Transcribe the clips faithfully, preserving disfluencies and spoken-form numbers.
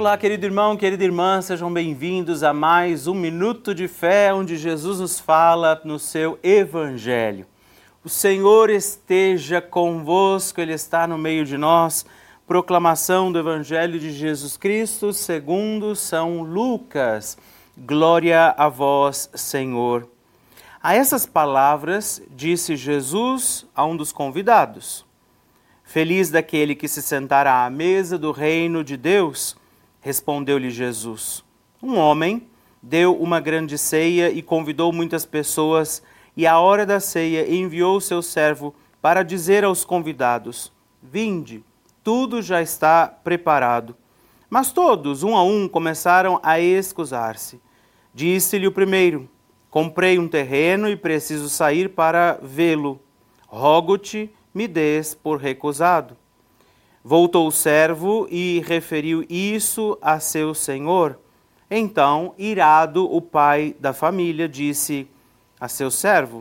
Olá, querido irmão, querida irmã, sejam bem-vindos a mais um Minuto de Fé, onde Jesus nos fala no seu Evangelho. O Senhor esteja convosco, Ele está no meio de nós. Proclamação do Evangelho de Jesus Cristo segundo São Lucas. Glória a vós, Senhor. A essas palavras disse Jesus a um dos convidados: Feliz daquele que se sentar à mesa do reino de Deus. Respondeu-lhe Jesus: Um homem deu uma grande ceia e convidou muitas pessoas, e à hora da ceia enviou seu servo para dizer aos convidados: Vinde, tudo já está preparado. Mas todos, um a um, começaram a excusar-se. Disse-lhe o primeiro: Comprei um terreno e preciso sair para vê-lo. Rogo-te, me des por recusado. Voltou o servo e referiu isso a seu senhor. Então, irado, o pai da família disse a seu servo: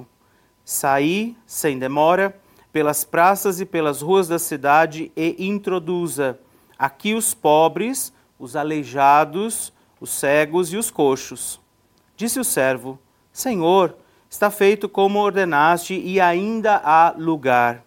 Saí, sem demora, pelas praças e pelas ruas da cidade e introduza aqui os pobres, os aleijados, os cegos e os coxos. Disse o servo: Senhor, está feito como ordenaste e ainda há lugar.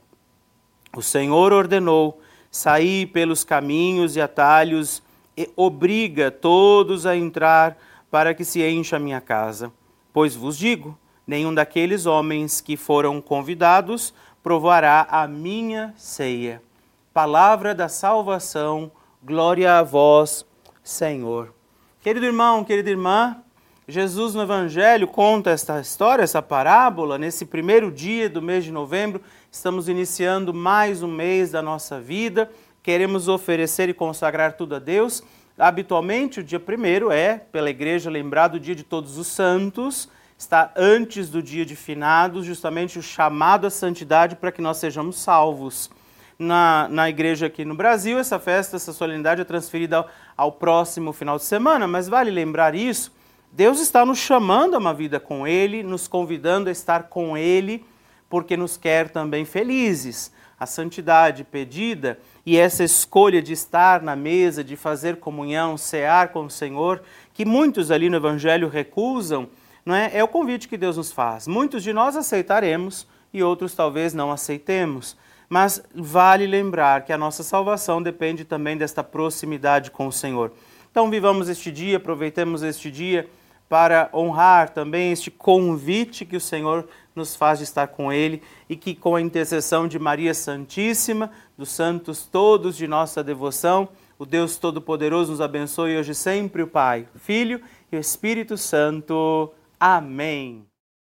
O Senhor ordenou: Saí pelos caminhos e atalhos e obriga todos a entrar para que se encha a minha casa. Pois vos digo, nenhum daqueles homens que foram convidados provará a minha ceia. Palavra da salvação, glória a vós, Senhor. Querido irmão, querida irmã, Jesus no Evangelho conta esta história, essa parábola, nesse primeiro dia do mês de novembro. Estamos iniciando mais um mês da nossa vida, queremos oferecer e consagrar tudo a Deus. Habitualmente o dia primeiro é, pela igreja, lembrado o dia de Todos os Santos, está antes do dia de finados, justamente o chamado à santidade para que nós sejamos salvos. Na, na igreja aqui no Brasil, essa festa, essa solenidade é transferida ao, ao próximo final de semana, mas vale lembrar isso. Deus está nos chamando a uma vida com Ele, nos convidando a estar com Ele, porque nos quer também felizes. A santidade pedida e essa escolha de estar na mesa, de fazer comunhão, cear com o Senhor, que muitos ali no Evangelho recusam, não é? É o convite que Deus nos faz. Muitos de nós aceitaremos e outros talvez não aceitemos. Mas vale lembrar que a nossa salvação depende também desta proximidade com o Senhor. Então vivamos este dia, aproveitemos este dia para honrar também este convite que o Senhor nos faz de estar com Ele e que com a intercessão de Maria Santíssima, dos santos todos de nossa devoção, o Deus Todo-Poderoso nos abençoe hoje e sempre, o Pai, o Filho e o Espírito Santo. Amém.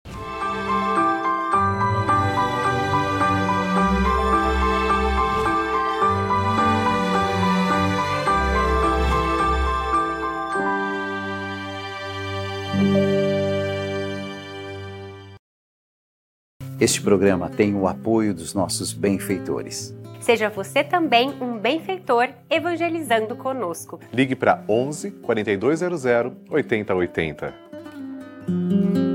Este programa tem o apoio dos nossos benfeitores. Seja você também um benfeitor evangelizando conosco. Ligue para onze, quarenta e dois zero zero, oitenta oitenta.